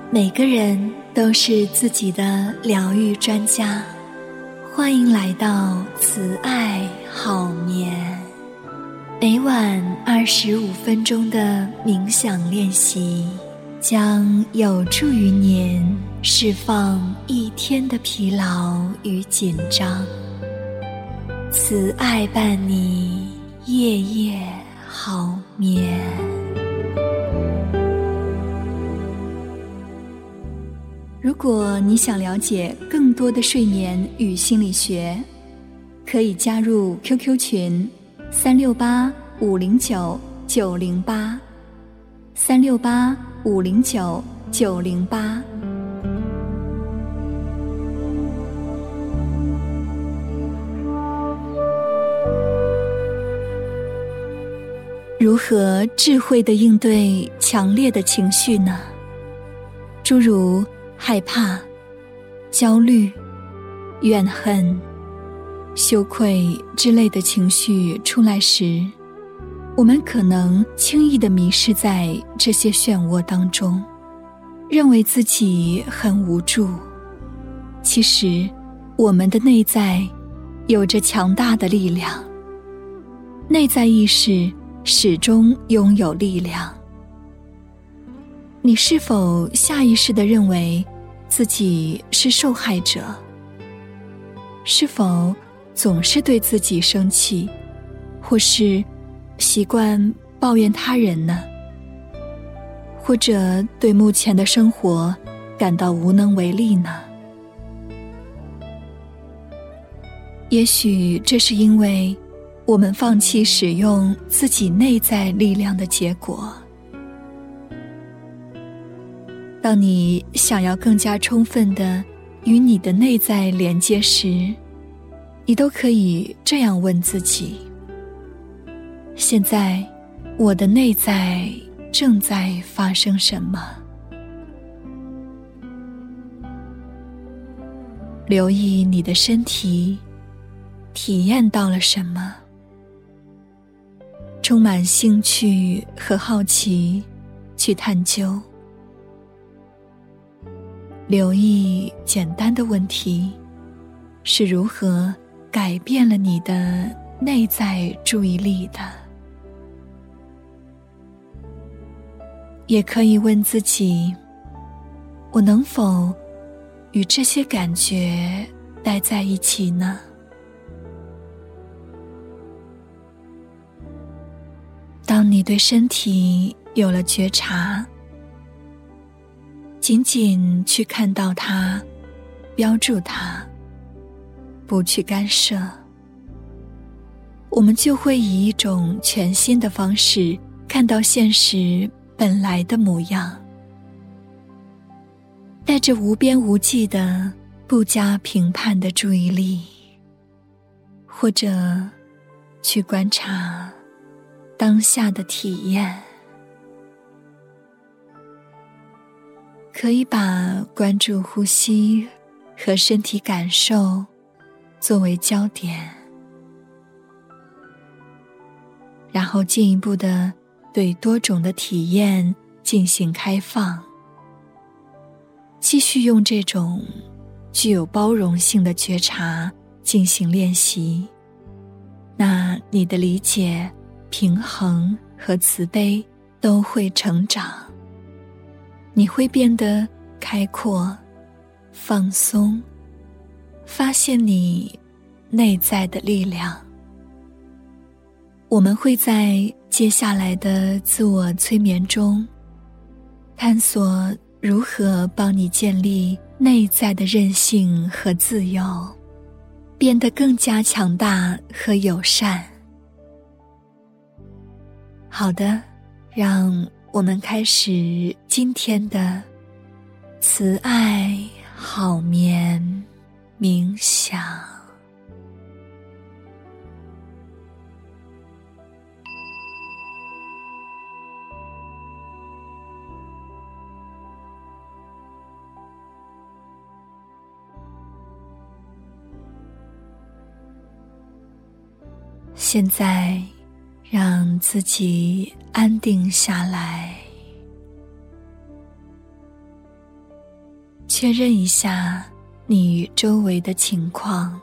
每个人都是自己的疗愈专家，欢迎来到慈爱好眠。每晚25分钟的冥想练习，将有助于您释放一天的疲劳与紧张。慈爱伴你夜夜好眠。如果你想了解更多的睡眠与心理学，可以加入 QQ 群368-509-908 368-509-908。如何智慧地应对强烈的情绪呢？诸如害怕、焦虑、怨恨、羞愧之类的情绪出来时，我们可能轻易地迷失在这些漩涡当中，认为自己很无助。其实，我们的内在有着强大的力量，内在意识始终拥有力量。你是否下意识地认为自己是受害者？是否总是对自己生气，或是习惯抱怨他人呢？或者对目前的生活感到无能为力呢？也许这是因为我们放弃使用自己内在力量的结果。当你想要更加充分地与你的内在连接时，你都可以这样问自己：现在我的内在正在发生什么？留意你的身体体验到了什么？充满兴趣和好奇去探究。留意简单的问题是如何改变了你的内在注意力的。也可以问自己：我能否与这些感觉待在一起呢？当你对身体有了觉察，仅仅去看到它，标注它，不去干涉，我们就会以一种全新的方式看到现实本来的模样，带着无边无际的不加评判的注意力，或者去观察当下的体验。可以把关注呼吸和身体感受作为焦点，然后进一步地对多种的体验进行开放，继续用这种具有包容性的觉察进行练习，那你的理解、平衡和慈悲都会成长。你会变得开阔、放松，发现你内在的力量。我们会在接下来的自我催眠中，探索如何帮你建立内在的韧性和自由，变得更加强大和友善。好的，让我们开始今天的慈爱好眠冥想。现在让自己安定下来， 确认一下你与周围的情况，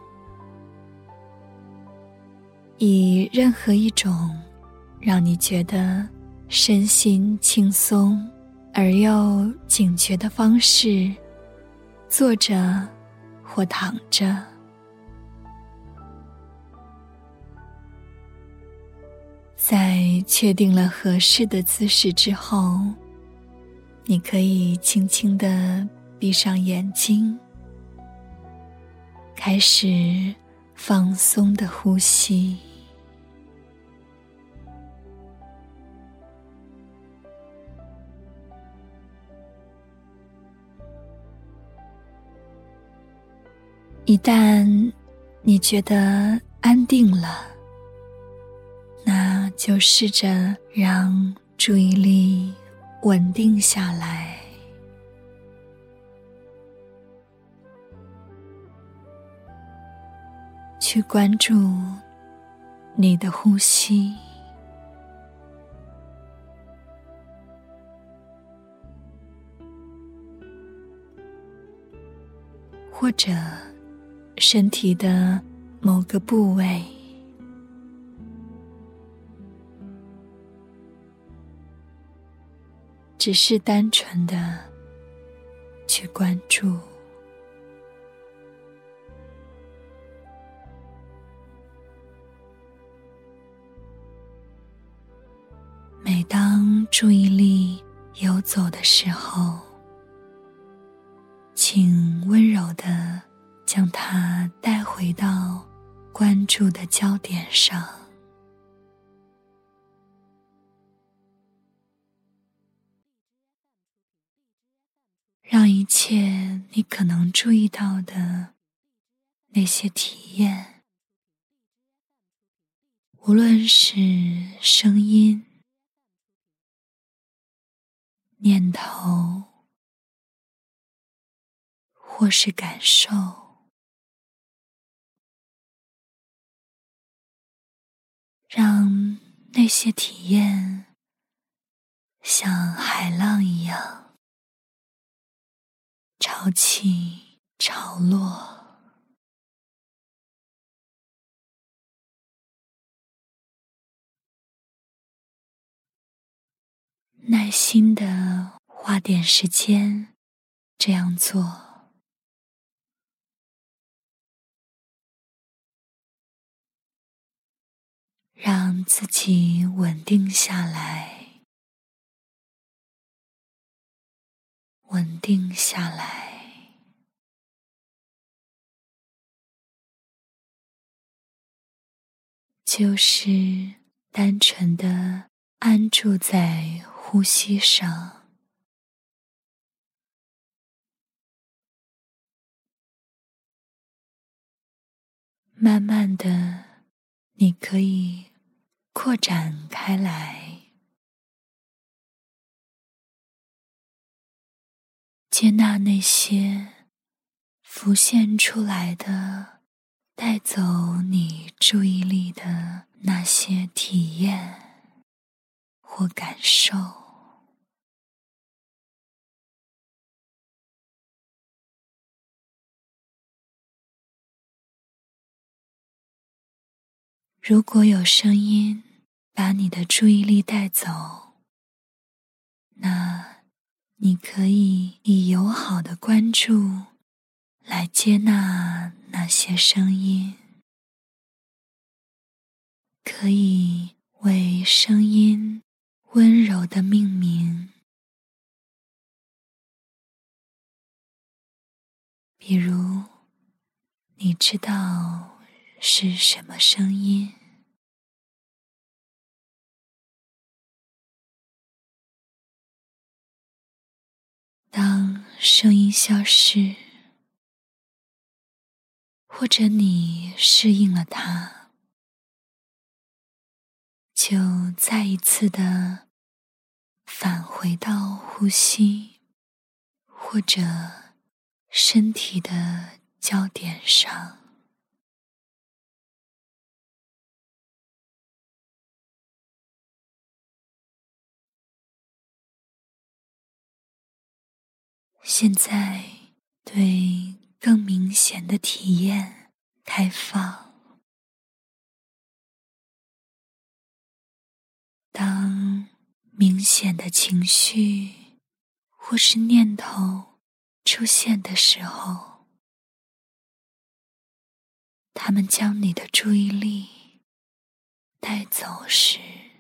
以任何一种让你觉得身心轻松而又警觉的方式，坐着或躺着。在确定了合适的姿势之后，你可以轻轻地闭上眼睛，开始放松的呼吸。一旦你觉得安定了，那就试着让注意力稳定下来，去关注你的呼吸，或者身体的某个部位，只是单纯的去关注。每当注意力游走的时候，请温柔地将它带回到关注的焦点上，让一切你可能注意到的那些体验，无论是声音、念头或是感受，让那些体验像海浪一样潮起潮落，耐心地花点时间这样做，让自己稳定下来，稳定下来，就是单纯地安住在呼吸上，慢慢地，你可以扩展开来，接纳那些浮现出来的带走你注意力的那些体验或感受。如果有声音把你的注意力带走，那你可以以友好的关注来接纳那些声音，可以为声音温柔的命名，比如你知道是什么声音，当声音消失，或者你适应了它，就再一次地返回到呼吸或者身体的焦点上。现在对更明显的体验开放。当明显的情绪或是念头出现的时候，它们将你的注意力带走时，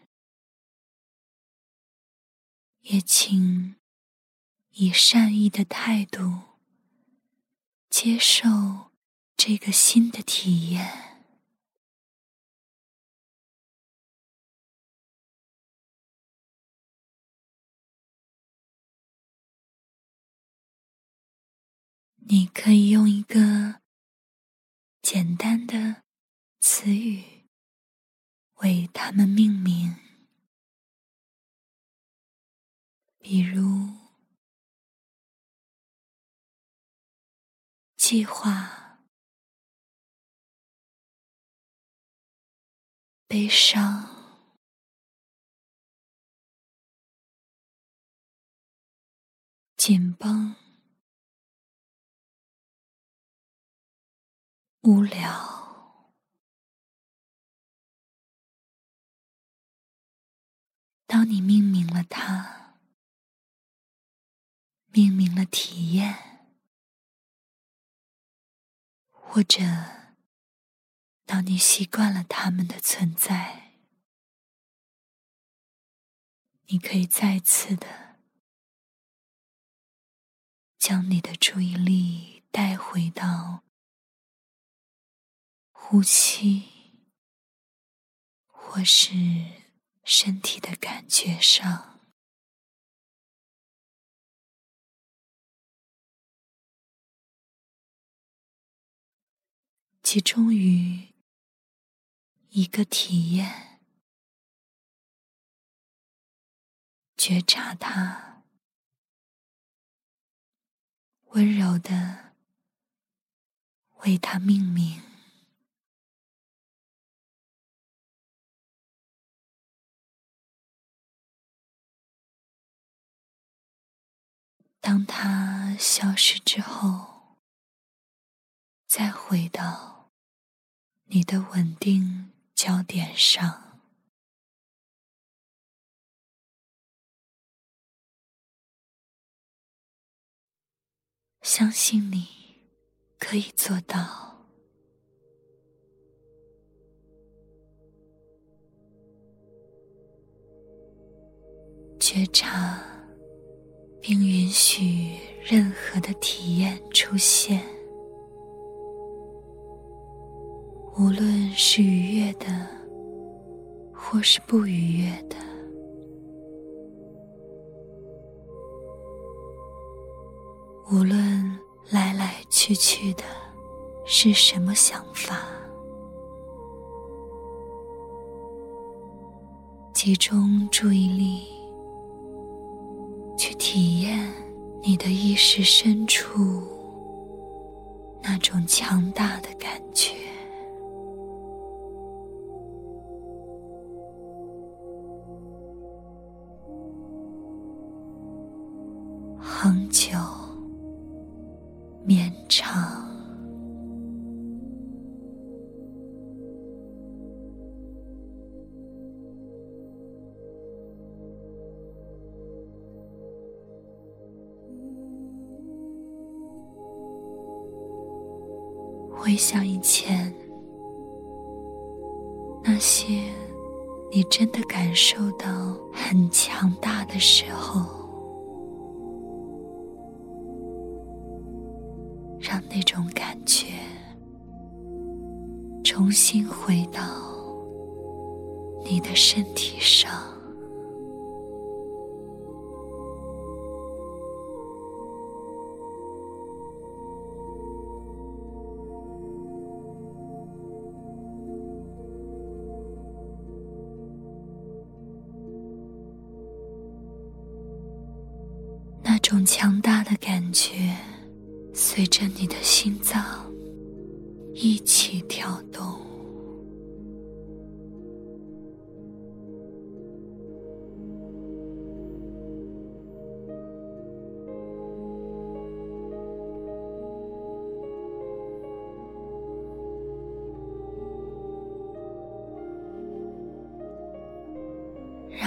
也请以善意的态度接受这个新的体验。你可以用一个简单的词语为它们命名，比如计划、悲伤、紧绷、无聊。当你命名了它，命名了体验，或者当你习惯了它们的存在，你可以再次的将你的注意力带回到呼吸或是身体的感觉上，集中于一个体验，觉察它，温柔地为它命名。当它消失之后，再回到你的稳定焦点上。相信你可以做到。觉察并允许任何的体验出现，无论是愉悦的或是不愉悦的。无论来来去去的是什么想法，集中注意力去体验你的意识深处那种强大的感觉。恒久绵长。回想以前那些你真的感受到很强大的时候，让那种感觉重新回到你的身体上。那种强大的感觉随着你的心脏一起跳动，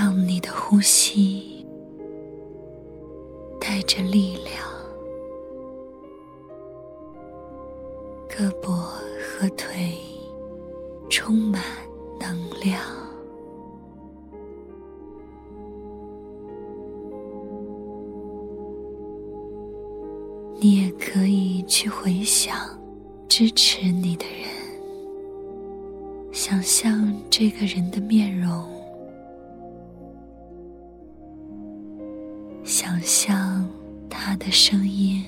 让你的呼吸带着力量，胳膊和腿充满能量。你也可以去回想支持你的人，想象这个人的面容，想象他的声音，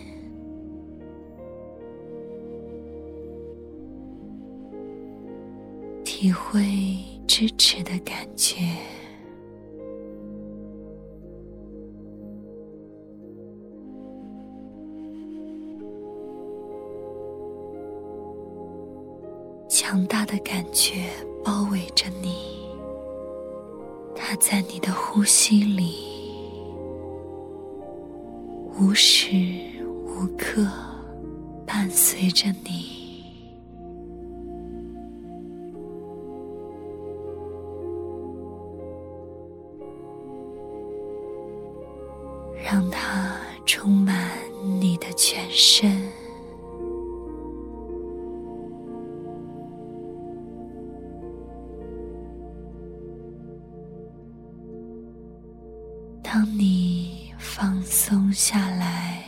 体会支持的感觉。强大的感觉包围着你，它在你的呼吸里，无时无刻伴随着你。让它充满你的全身。当你放松下来，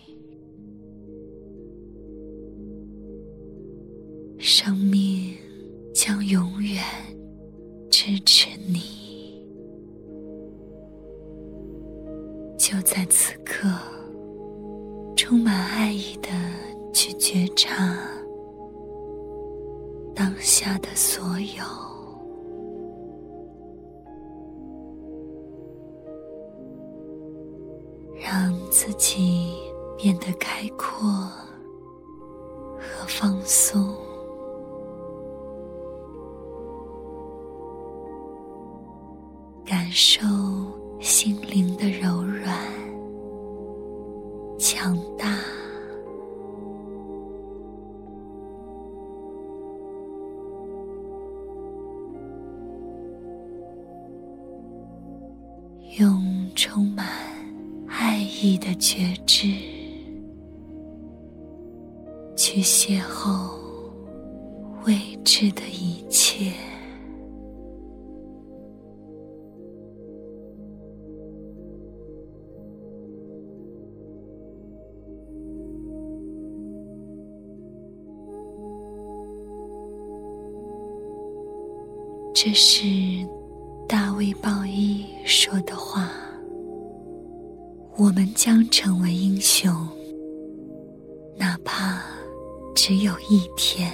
生命将永远支持你。就在此刻，充满爱意的去觉察当下的所有。让自己变得开阔和放松，感受心灵的柔软、强大。用充满爱意的觉知去邂逅未知的一切。这是大卫·鲍伊说的话：我们将成为英雄，哪怕只有一天。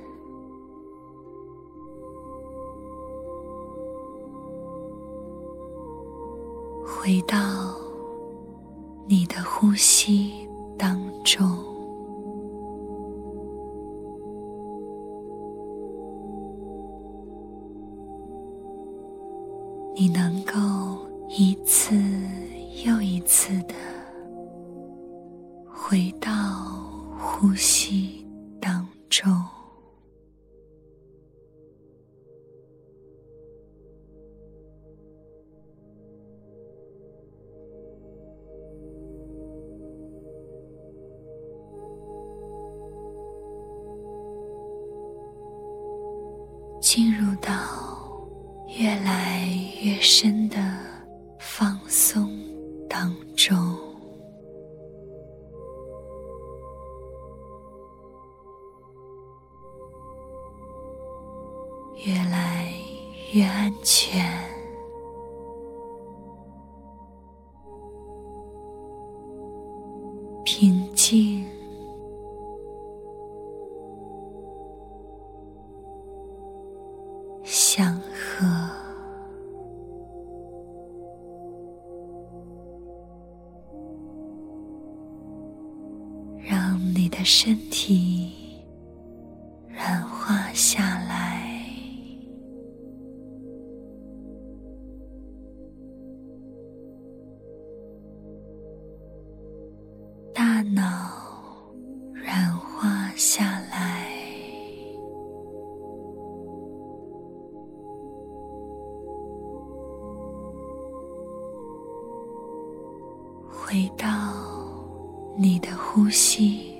回到你的呼吸当中，你能够一次又一次地回到呼吸当中。进入到越来越深的放松当中，越来越安全，平静，祥和。让你的身体软化下来，大脑软化下来， 回到你的呼吸。